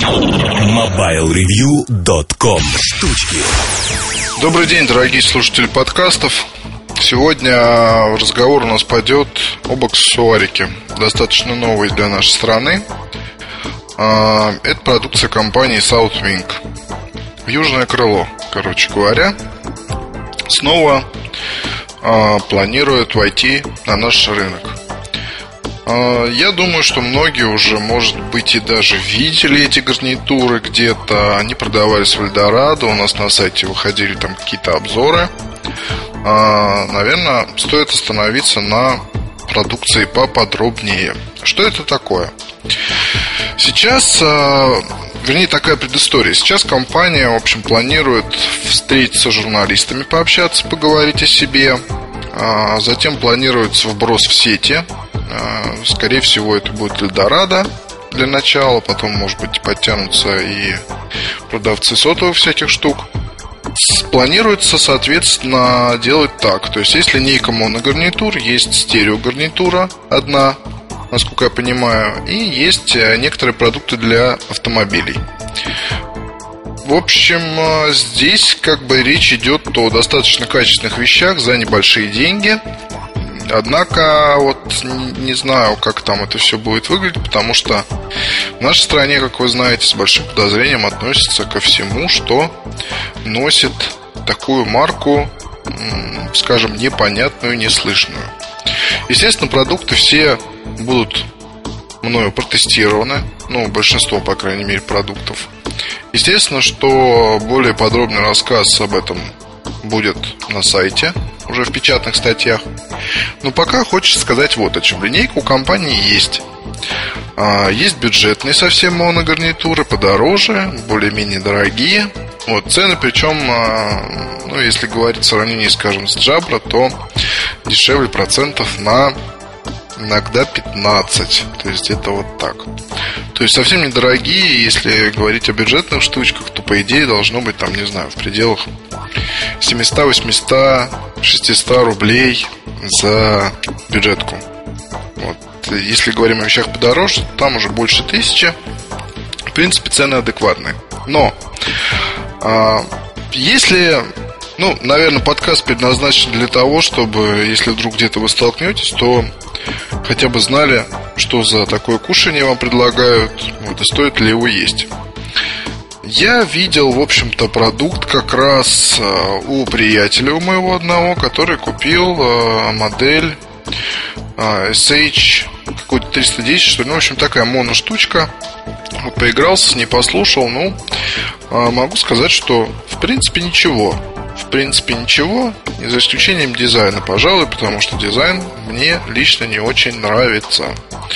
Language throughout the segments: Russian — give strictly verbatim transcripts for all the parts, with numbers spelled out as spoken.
мобайл ревью точка ком. Штучки. Добрый день, дорогие слушатели подкастов. Сегодня разговор у нас пойдет об аксессуарике, достаточно новый для нашей страны. Это продукция компании Southwing. Южное крыло, короче говоря, снова планирует войти на наш рынок. Я думаю, что многие уже, может быть, и даже видели эти гарнитуры где-то. Они продавались в Эльдорадо, у нас на сайте выходили там какие-то обзоры. Наверное, стоит остановиться на продукции поподробнее. Что это такое? Сейчас, вернее, такая предыстория. Сейчас компания, в общем, планирует встретиться с журналистами, пообщаться, поговорить о себе. Затем планируется вброс в сети. Скорее всего, это будет Эльдорадо для начала. Потом, может быть, подтянутся и продавцы сотовых всяких штук. Планируется, соответственно, делать так. То есть, есть линейка моногарнитур, есть стереогарнитура одна, насколько я понимаю, и есть некоторые продукты для автомобилей. В общем, здесь как бы речь идет о достаточно качественных вещах за небольшие деньги. Однако, вот не знаю, как там это все будет выглядеть, потому что в нашей стране, как вы знаете, с большим подозрением относятся ко всему, что носит такую марку, скажем, непонятную, неслышную. Естественно, продукты все будут мною протестированы, ну, большинство, по крайней мере, продуктов. Естественно, что более подробный рассказ об этом будет на сайте, уже в печатных статьях. Но пока хочется сказать вот о чем. Линейка у компании есть. Есть бюджетные совсем моногарнитуры, подороже, более-менее дорогие. Вот, цены, причем, ну, если говорить в сравнении, скажем, с Jabra, то дешевле процентов на иногда пятнадцать. То есть это вот так. То есть совсем недорогие. Если говорить о бюджетных штучках, то по идее должно быть там, не знаю, в пределах семьсот, восемьсот, шестьсот рублей за бюджетку. Вот. Если говорим о вещах подороже, то там уже больше тысячи. В принципе, цены адекватные. Но а, если, ну, наверное, подкаст предназначен для того, чтобы, если вдруг где-то вы столкнетесь, то хотя бы знали, что за такое кушанье вам предлагают, вот, и стоит ли его есть. Я видел, в общем-то, продукт как раз у приятеля у моего одного, который купил модель эс эйч какой-то триста десять, что ли. Ну, в общем, такая моноштучка. Вот, поигрался с ней, послушал. Ну, могу сказать, что в принципе ничего. В принципе ничего, за исключением дизайна, пожалуй, потому что дизайн мне лично не очень нравится.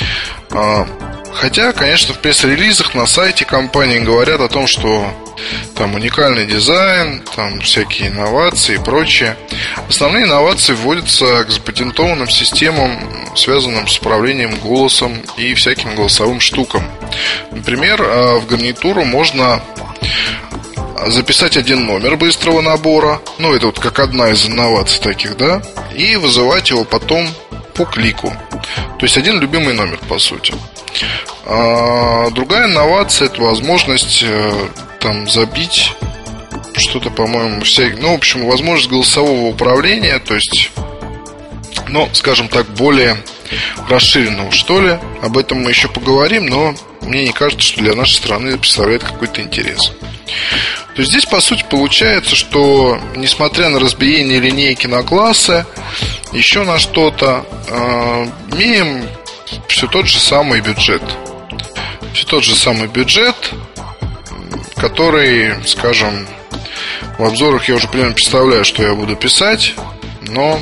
Хотя, конечно, в пресс-релизах на сайте компании говорят о том, что там уникальный дизайн, там всякие инновации и прочее. Основные инновации вводятся к запатентованным системам, связанным с управлением голосом и всяким голосовым штукам. Например, в гарнитуру можно записать один номер быстрого набора, ну, это вот как одна из инноваций таких, да, и вызывать его потом по клику. То есть один любимый номер, по сути. А другая инновация — это возможность там забить что-то, по-моему, вся... ну, в общем, возможность голосового управления, то есть, ну, скажем так, более расширенного, что ли. Об этом мы еще поговорим, но мне не кажется, что для нашей страны это представляет какой-то интерес. То есть здесь, по сути, получается, что несмотря на разбиение линейки на классы, еще на что-то, э, имеем все тот же самый бюджет. Все тот же самый бюджет, который, скажем, в обзорах я уже примерно представляю, что я буду писать, но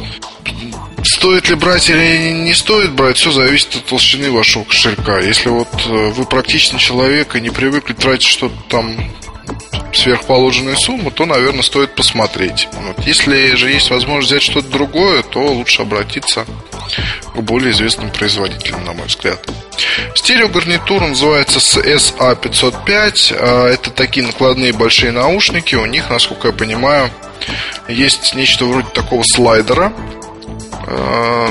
стоит ли брать или не стоит брать, все зависит от толщины вашего кошелька. Если вот вы практичный человек и не привыкли тратить что-то там сверхположенную сумму, то, наверное, стоит посмотреть. Вот. Если же есть возможность взять что-то другое, то лучше обратиться к более известным производителям, на мой взгляд. Стереогарнитура называется эс а пятьсот пять. Это такие накладные большие наушники. У них, насколько я понимаю, есть нечто вроде такого слайдера.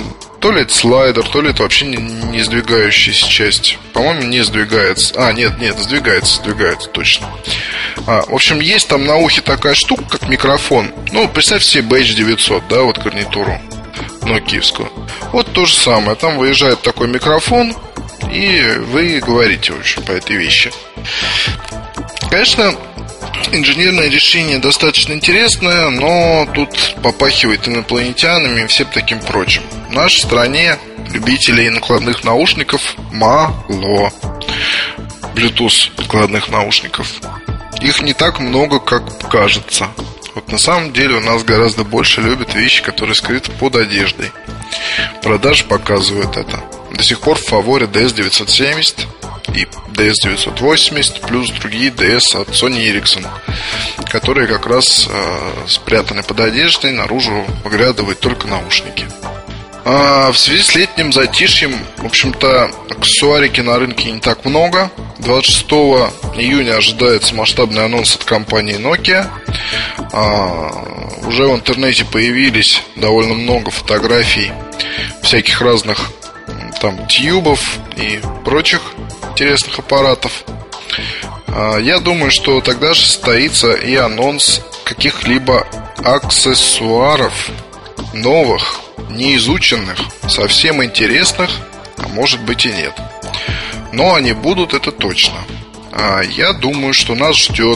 То ли это слайдер, то ли это вообще не, не сдвигающаяся часть. По-моему, не сдвигается. А, нет, нет, сдвигается, сдвигается, точно. а, В общем, есть там на ухе такая штука, как микрофон. Ну, представьте себе би эйч девятьсот, да, вот гарнитуру нокиевскую. Вот то же самое. Там выезжает такой микрофон, и вы говорите, в общем, по этой вещи. Конечно, инженерное решение достаточно интересное, но тут попахивает инопланетянами и всем таким прочим. В нашей стране любителей накладных наушников мало. Bluetooth накладных наушников. Их не так много, как кажется. Вот на самом деле у нас гораздо больше любят вещи, которые скрыты под одеждой. Продажи показывают это. До сих пор в фаворе ди эс девятьсот семьдесят и ди эс девятьсот восемьдесят, плюс другие ди эс от Sony Ericsson, которые как раз э, спрятаны под одеждой, наружу выглядывают только наушники. А в связи с летним затишьем, в общем-то, аксессуарики на рынке не так много. двадцать шестого июня ожидается масштабный анонс от компании Nokia. а, Уже в интернете появились довольно много фотографий всяких разных там тьюбов и прочих интересных аппаратов. а, Я думаю, что тогда же состоится и анонс каких-либо аксессуаров новых, неизученных, совсем интересных, а может быть и нет. Но они будут, это точно. а, Я думаю, что нас ждет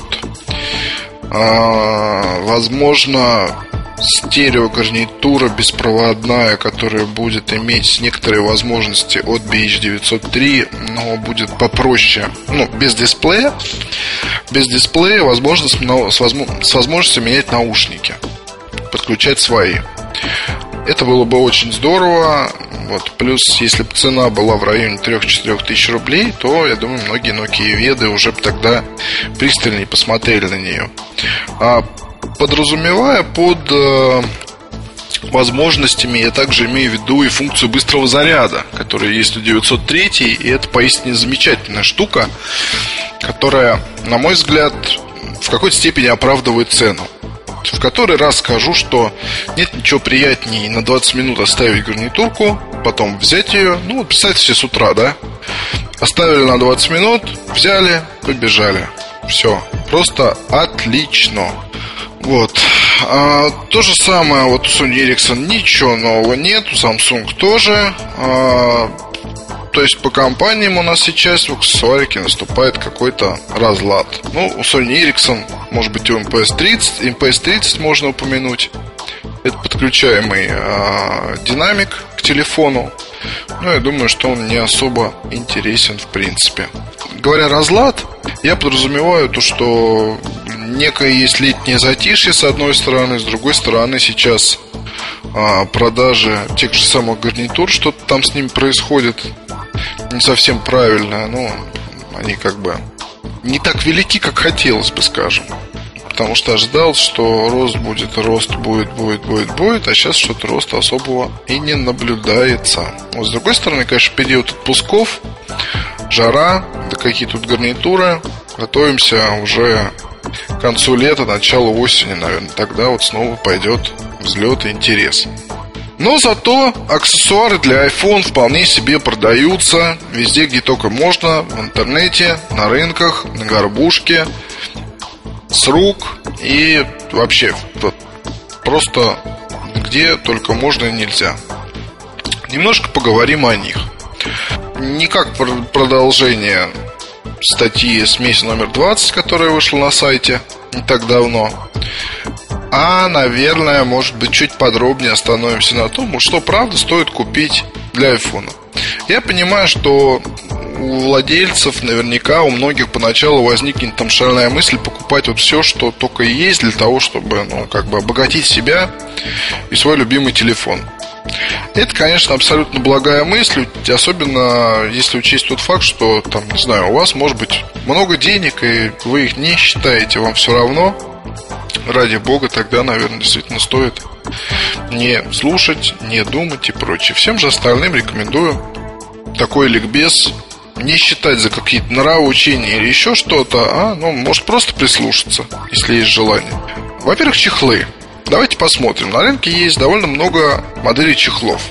а, возможно, стереогарнитура беспроводная, которая будет иметь некоторые возможности от би эйч девятьсот три, но будет попроще. Ну, без дисплея. Без дисплея, возможно, с возможностью менять наушники, подключать свои. Это было бы очень здорово. Вот. Плюс, если бы цена была в районе три-четыре тысячи рублей, то, я думаю, многие Nokia-веды уже бы тогда пристальнее посмотрели на нее. А подразумевая под э, возможностями, я также имею в виду и функцию быстрого заряда, которая есть у девятьсот три, и это поистине замечательная штука, которая, на мой взгляд, в какой-то степени оправдывает цену. В который раз скажу, что нет ничего приятнее на двадцать минут оставить гарнитурку, потом взять ее. Ну, вот представьте себе с утра, да? Оставили на двадцать минут, взяли, побежали. Все, просто отлично. Вот. а, То же самое вот у Sony Ericsson ничего нового нет, у Samsung тоже. а, То есть по компаниям у нас сейчас в аксессуарике наступает какой-то разлад. Ну, у Sony Ericsson, может быть, у эм пи эс тридцать, эм пи эс тридцать можно упомянуть. Это подключаемый э, динамик к телефону. Но я думаю, что он не особо интересен в принципе. Говоря разлад, я подразумеваю то, что некое есть летнее затишье с одной стороны, с другой стороны сейчас э, продажи тех же самых гарнитур, что-то там с ними происходит не совсем правильно. Ну, они как бы не так велики, как хотелось бы, скажем. Потому что ожидалось, что рост будет, рост будет, будет, будет, будет. А сейчас что-то роста особого и не наблюдается. Вот с другой стороны, конечно, период отпусков, жара, да какие тут гарнитуры. Готовимся уже к концу лета, началу осени, наверное. Тогда вот снова пойдет взлет и интерес. Но зато аксессуары для iPhone вполне себе продаются везде, где только можно. В интернете, на рынках, на горбушке, с рук и вообще вот, просто где только можно и нельзя. Немножко поговорим о них. Не как продолжение статьи «Смесь номер двадцать», которая вышла на сайте не так давно, а, наверное, может быть, чуть подробнее остановимся на том, что правда стоит купить для iPhone. Я понимаю, что у владельцев наверняка, у многих поначалу возникнет там шальная мысль покупать вот все, что только и есть, для того, чтобы, ну, как бы обогатить себя и свой любимый телефон. Это, конечно, абсолютно благая мысль, особенно если учесть тот факт, что, там, не знаю, у вас может быть много денег, и вы их не считаете, вам все равно. Ради бога, тогда, наверное, действительно стоит не слушать, не думать и прочее. Всем же остальным рекомендую такой ликбез не считать за какие-то нравоучения или еще что-то, а, ну, может просто прислушаться, если есть желание. Во-первых, чехлы. Давайте посмотрим. На рынке есть довольно много моделей чехлов.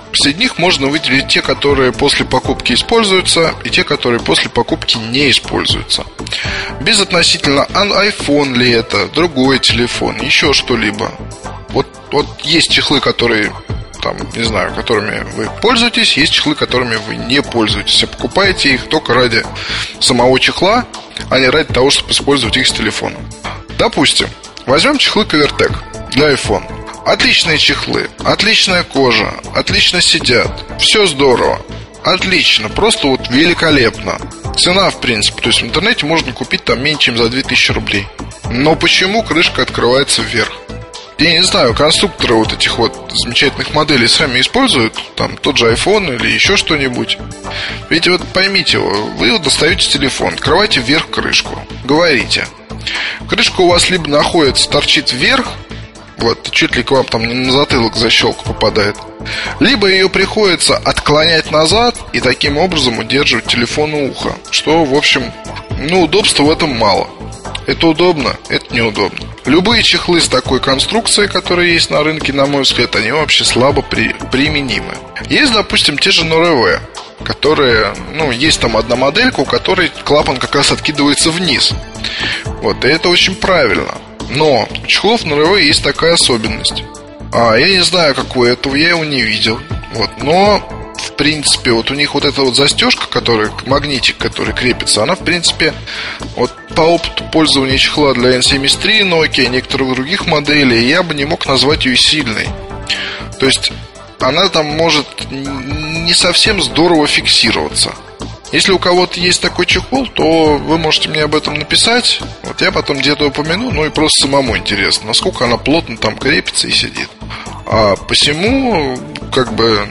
Среди них можно выделить те, которые после покупки используются, и те, которые после покупки не используются. Безотносительно iPhone ли это, другой телефон, еще что-либо. Вот, вот есть чехлы, которые, там, не знаю, которыми вы пользуетесь, есть чехлы, которыми вы не пользуетесь. И покупаете их только ради самого чехла, а не ради того, чтобы использовать их с телефоном. Допустим, возьмем чехлы Covertec для iPhone. Отличные чехлы, отличная кожа, отлично сидят, все здорово, отлично, просто вот великолепно. Цена, в принципе, то есть в интернете можно купить там меньше, чем за две тысячи рублей. Но почему крышка открывается вверх? Я не знаю, конструкторы вот этих вот замечательных моделей сами используют, там тот же iPhone или еще что-нибудь. Ведь вот поймите, вы вот достаете телефон, открываете вверх крышку, говорите. Крышка у вас либо находится, торчит вверх, вот, чуть ли к вам там не на затылок защелка попадает, либо ее приходится отклонять назад и таким образом удерживать телефон у уха. Что, в общем, ну, удобства в этом мало. Это удобно, это неудобно. Любые чехлы с такой конструкцией, которые есть на рынке, на мой взгляд, они вообще слабо при, применимы. Есть, допустим, те же норэвэ, которые, ну, есть там одна моделька, у которой клапан как раз откидывается вниз. Вот, и это очень правильно. Но у чехлов норэвэ есть такая особенность. а, Я не знаю, какой этого, я его не видел. Вот, но, в принципе, вот у них вот эта вот застежка, которая, магнитик, который крепится, она, в принципе, вот по опыту пользования чехла для эн семьдесят три, Nokia и некоторых других моделей, я бы не мог назвать ее сильной. То есть она там может не совсем здорово фиксироваться. Если у кого-то есть такой чехол, то вы можете мне об этом написать. Вот я потом где-то упомяну. Ну и просто самому интересно, насколько она плотно там крепится и сидит. А посему, как бы,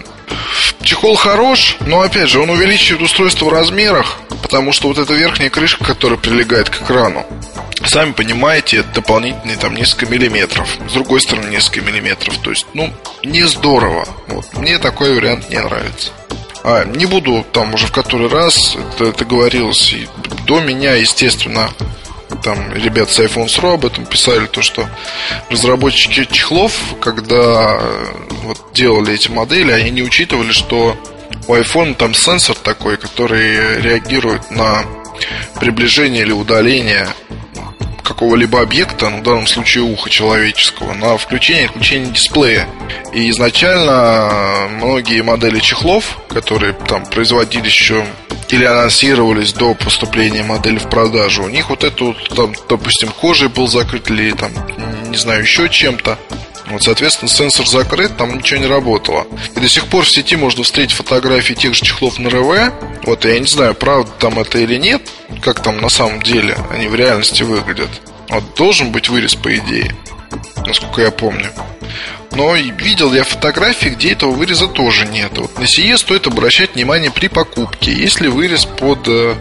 чехол хорош, но опять же, он увеличивает устройство в размерах, потому что вот эта верхняя крышка, которая прилегает к экрану, сами понимаете, это дополнительные там несколько миллиметров. С другой стороны, несколько миллиметров. То есть, ну, не здорово. Вот. Мне такой вариант не нравится. А, не буду там уже в который раз, это, это говорилось и до меня, естественно. Там ребята с iPhone точка ру об этом писали, то, что разработчики чехлов, когда вот делали эти модели, они не учитывали, что у iPhone там сенсор такой, который реагирует на приближение или удаление какого-либо объекта, ну, в данном случае уха человеческого, на включение и отключение дисплея. И изначально многие модели чехлов, которые там производились еще или анонсировались до поступления модели в продажу, у них вот это вот, там, допустим, кожей был закрыт или там, не знаю, еще чем-то. Вот, соответственно, сенсор закрыт, там ничего не работало. И до сих пор в сети можно встретить фотографии тех же чехлов норэвэ. Вот, я не знаю, правда там это или нет, как там на самом деле они в реальности выглядят. Вот, должен быть вырез, по идее, насколько я помню. Но видел я фотографии, где этого выреза тоже нет. Вот на сие стоит обращать внимание при покупке. Есть ли вырез под э,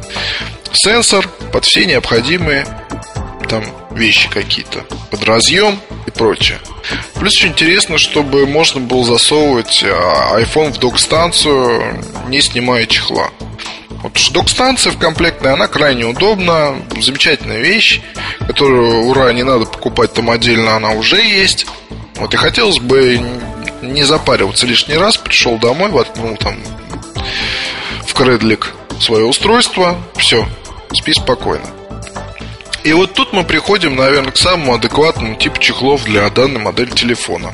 сенсор, под все необходимые там вещи какие-то, под разъем и прочее. Плюс очень интересно, чтобы можно было засовывать iPhone в док-станцию, не снимая чехла. Вот док-станция в комплектной, она крайне удобна, замечательная вещь, которую, ура, не надо покупать там отдельно, она уже есть. Вот, и хотелось бы не запариваться лишний раз. Пришел домой, воткнул там в кредлик свое устройство, все, спи спокойно. И вот тут мы приходим, наверное, к самому адекватному типу чехлов для данной модели телефона.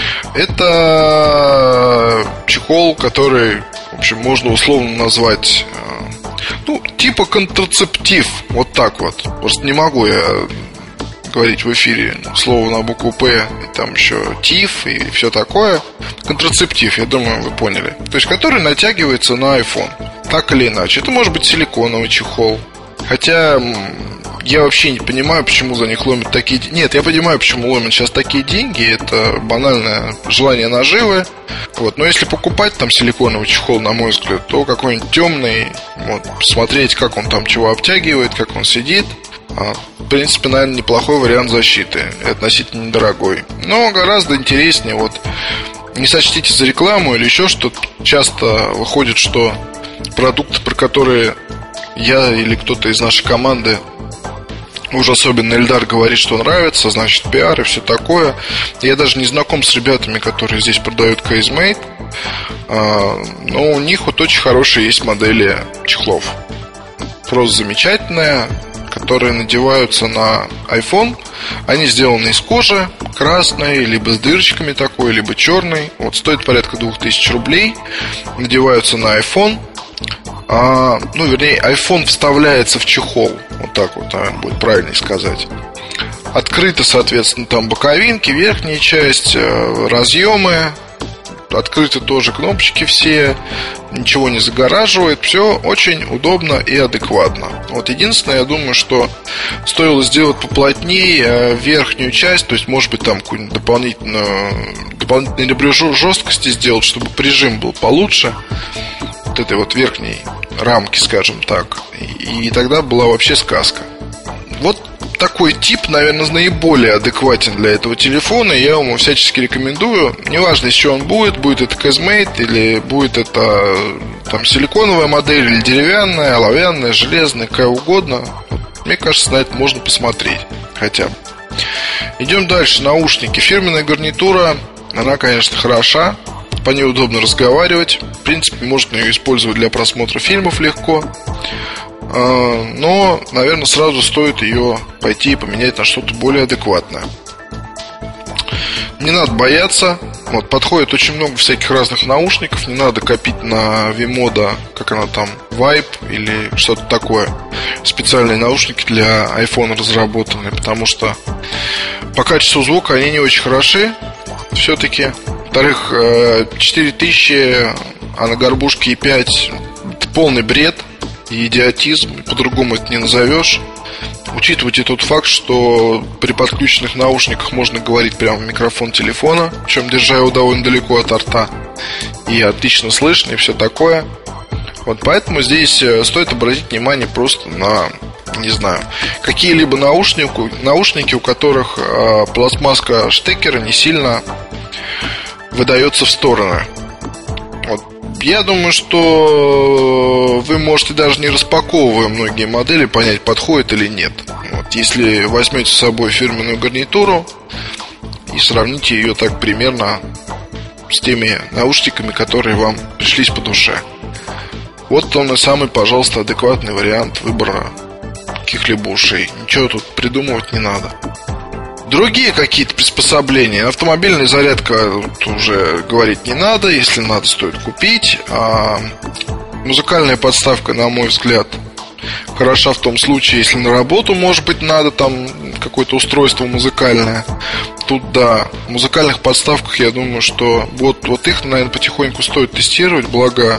Это чехол, который, в общем, можно условно назвать, ну, типа контрацептив. Вот так вот. Просто не могу я говорить в эфире слово на букву П, и там еще ТИФ и все такое. Контрацептив, я думаю, вы поняли. То есть, который натягивается на iPhone. Так или иначе. Это может быть силиконовый чехол. Хотя я вообще не понимаю, почему за них ломят такие деньги. Нет, я понимаю, почему ломят сейчас такие деньги. Это банальное желание наживы. Вот. Но если покупать там силиконовый чехол, на мой взгляд, то какой-нибудь темный, вот, посмотреть, как он там чего обтягивает, как он сидит. В принципе, наверное, неплохой вариант защиты и относительно недорогой. Но гораздо интереснее, вот, не сочтите за рекламу или еще что-то. Часто выходит, что продукты, про которые я или кто-то из нашей команды Уже особенно Эльдар говорит, что нравится, значит, пиар и все такое. Я даже не знаком с ребятами, которые здесь продают Casemate, но у них вот очень хорошие есть модели чехлов. Просто замечательные, которые надеваются на iPhone. Они сделаны из кожи, красной, либо с дырочками такой, либо черной. Вот стоит порядка двух тысяч рублей. Надеваются на iPhone. А, ну, вернее, iPhone вставляется в чехол. Вот так вот, наверное, будет правильнее сказать. Открыты, соответственно, там боковинки, верхняя часть, разъемы. Открыты тоже кнопочки все. Ничего не загораживает. Все очень удобно и адекватно. Вот единственное, я думаю, что стоило сделать поплотнее верхнюю часть. То есть, может быть, там какую-нибудь дополнительную Дополнительную ребрежу жесткости сделать, чтобы прижим был получше вот этой вот верхней рамки, скажем так. И, и тогда была вообще сказка. Вот такой тип, наверное, наиболее адекватен для этого телефона. Я ему всячески рекомендую. Неважно, из чего он будет. Будет это Casemate или будет это там силиконовая модель, или деревянная, оловянная, железная, какая угодно. Мне кажется, на это можно посмотреть хотя бы. Идем дальше. Наушники. Фирменная гарнитура. Она, конечно, хороша. По ней удобно разговаривать. В принципе, можно ее использовать для просмотра фильмов легко. Но, наверное, сразу стоит ее пойти и поменять на что-то более адекватное. Не надо бояться. Вот, подходит очень много всяких разных наушников. Не надо копить на Vimoda, как она там, Vibe или что-то такое. Специальные наушники для iPhone разработаны. Потому что по качеству звука они не очень хороши все-таки. Во-вторых, четыре тысячи, а на горбушке и пять это полный бред и идиотизм, по-другому это не назовешь. Учитывайте тот факт, что при подключенных наушниках можно говорить прямо в микрофон телефона, причем держа его довольно далеко от рта, и отлично слышно, и все такое. Вот поэтому здесь стоит обратить внимание просто на, не знаю, какие-либо наушники, наушники, у которых э, пластмасска штекера не сильно выдается в стороны. Вот. Я думаю, что вы можете даже не распаковывая многие модели понять, подходит или нет. Вот. Если возьмете с собой фирменную гарнитуру и сравните ее так примерно с теми наушниками, которые вам пришлись по душе. Вот он и самый, пожалуйста, адекватный вариант выбора каких-либо ушей. Ничего тут придумывать не надо. Другие какие-то приспособления. Автомобильная зарядка уже говорить не надо. Если надо, стоит купить. А музыкальная подставка, на мой взгляд, хороша в том случае, если на работу, может быть, надо там какое-то устройство музыкальное. Тут да, в музыкальных подставках, я думаю, что вот, вот их, наверное, потихоньку стоит тестировать. Благо,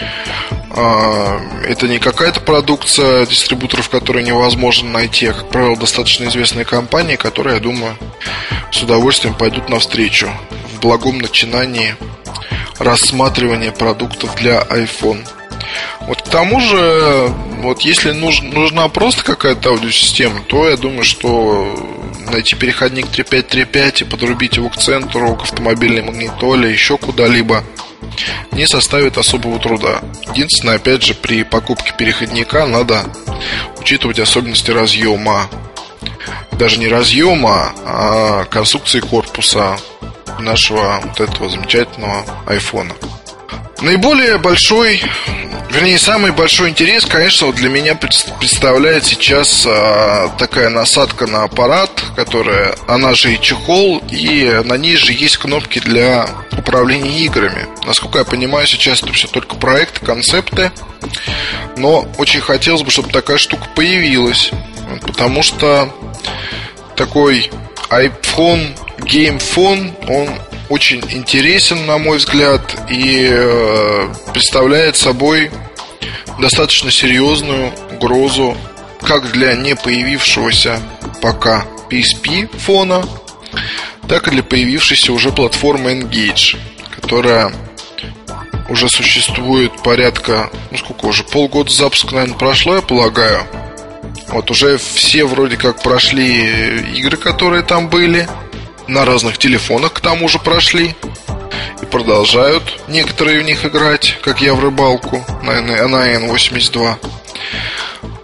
а, это не какая-то продукция дистрибуторов, которые невозможно найти, а, как правило, достаточно известные компании, которые, я думаю, с удовольствием пойдут навстречу в благом начинании рассматривания продуктов для iPhone. Вот к тому же, вот если нуж, нужна просто какая-то аудиосистема, то я думаю, что найти переходник три пять три пять и подрубить его к центру, к автомобильной магнитоле, еще куда-либо не составит особого труда. Единственное, опять же, при покупке переходника надо учитывать особенности разъема. Даже не разъема, а конструкции корпуса нашего вот этого замечательного айфона. Наиболее большой, вернее, самый большой интерес, конечно, вот для меня представляет сейчас а, такая насадка на аппарат, которая, она же и чехол, и на ней же есть кнопки для управления играми. Насколько я понимаю, сейчас это все только проекты, концепты, но очень хотелось бы, чтобы такая штука появилась, потому что такой iPhone геймфон, он очень интересен, на мой взгляд, и э, представляет собой достаточно серьезную угрозу как для не появившегося пока пи эс пи фона, так и для появившейся уже платформы Engage, которая уже существует порядка, ну сколько уже, полгода запуска, наверное, прошло, я полагаю. Вот уже все вроде как прошли игры, которые там были. На разных телефонах к тому же прошли. И продолжают некоторые в них играть, как я в рыбалку на, на эн восемьдесят два.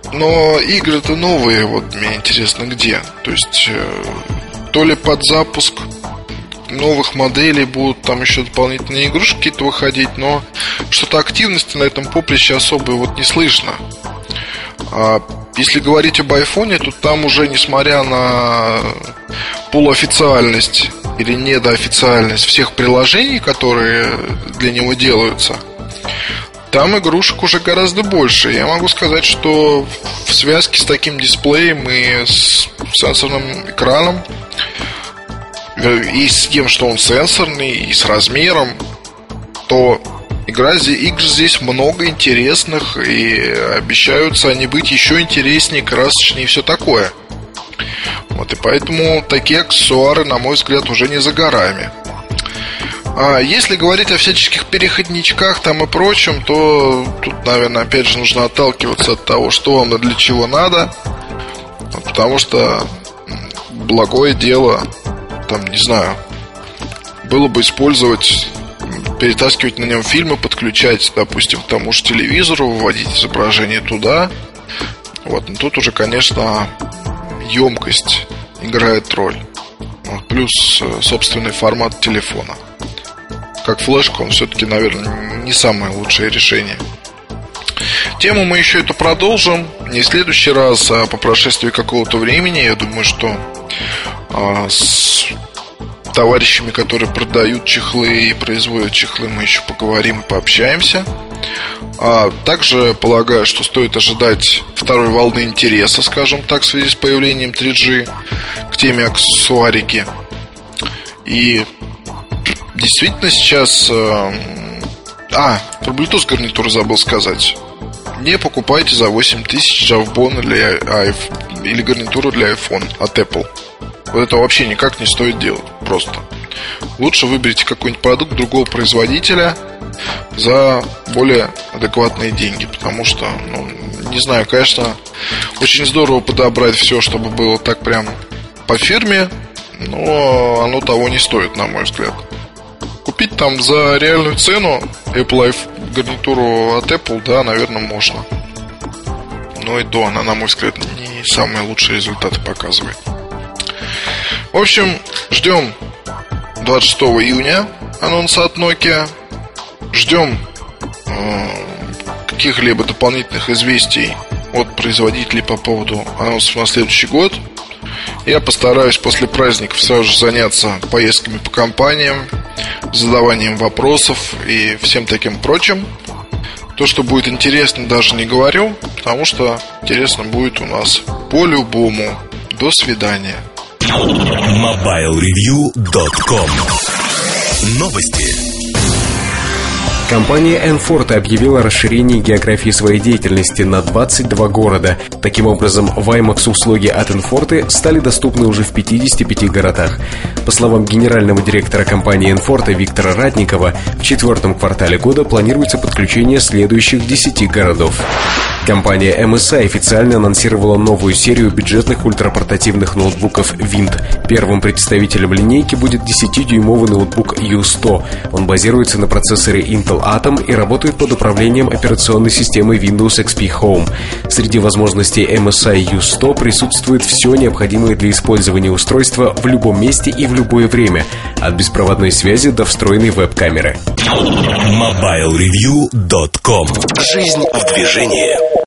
Но игры-то новые, вот мне интересно, где. То есть, то ли под запуск новых моделей будут там еще дополнительные игрушки какие-то выходить, но что-то активности на этом поприще особой вот не слышно. А если говорить об айфоне, то там уже, несмотря на полуофициальность или недоофициальность всех приложений, которые для него делаются, там игрушек уже гораздо больше. Я могу сказать, что в связке с таким дисплеем и с сенсорным экраном, и с тем, что он сенсорный, и с размером, то игра, игр здесь много интересных, и обещаются они быть еще интереснее, красочнее и все такое. Вот, и поэтому такие аксессуары, на мой взгляд, уже не за горами. А если говорить о всяческих переходничках там и прочем, то тут, наверное, опять же нужно отталкиваться от того, что вам и для чего надо. Потому что благое дело, там, не знаю, было бы использовать, перетаскивать на нем фильмы, подключать, допустим, к тому же телевизору, выводить изображение туда. Вот, но тут уже, конечно, емкость играет роль. Вот, плюс собственный формат телефона. Как флешка, он все-таки, наверное, не самое лучшее решение. Тему мы еще эту продолжим. Не в следующий раз, а по прошествии какого-то времени. Я думаю, что а, с товарищами, которые продают чехлы и производят чехлы, мы еще поговорим и пообщаемся. а, Также полагаю, что стоит ожидать второй волны интереса, скажем так, в связи с появлением три джи к теме аксессуарики. И действительно сейчас... А, про Bluetooth гарнитуру забыл сказать. Не покупайте за восемь тысяч джавбон или, или гарнитуру для iPhone от Apple. Вот это вообще никак не стоит делать. Просто лучше выберите какой-нибудь продукт другого производителя за более адекватные деньги. Потому что, ну, не знаю, конечно, очень здорово подобрать все, чтобы было так прям по фирме, но оно того не стоит, на мой взгляд. Купить там за реальную цену Apple гарнитуру от Apple, да, наверное, можно. Но и то она, на мой взгляд, не самые лучшие результаты показывает. В общем, ждем двадцать шестого июня анонса от Nokia. Ждем э, каких-либо дополнительных известий от производителей по поводу анонсов на следующий год. Я постараюсь после праздников сразу же заняться поездками по компаниям, задаванием вопросов и всем таким прочим. То, что будет интересно, даже не говорю, потому что интересно будет у нас по-любому. До свидания. мобайл ревью точка ком. Новости. Компания N-Forte объявила о расширении географии своей деятельности на двадцать два города. Таким образом, WiMAX-услуги от N-Forte стали доступны уже в пятидесяти пяти городах. По словам генерального директора компании N-Forte Виктора Ратникова, в четвертом квартале года планируется подключение следующих десяти городов. Компания эм эс ай официально анонсировала новую серию бюджетных ультрапортативных ноутбуков Wind. Первым представителем линейки будет десятидюймовый ноутбук ю сто. Он базируется на процессоре Intel Atom и работает под управлением операционной системы Windows икс пи Home. Среди возможностей эм эс ай ю сто присутствует все необходимое для использования устройства в любом месте и в любое время, от беспроводной связи до встроенной веб-камеры. мобайл ревью точка ком. Жизнь в движении.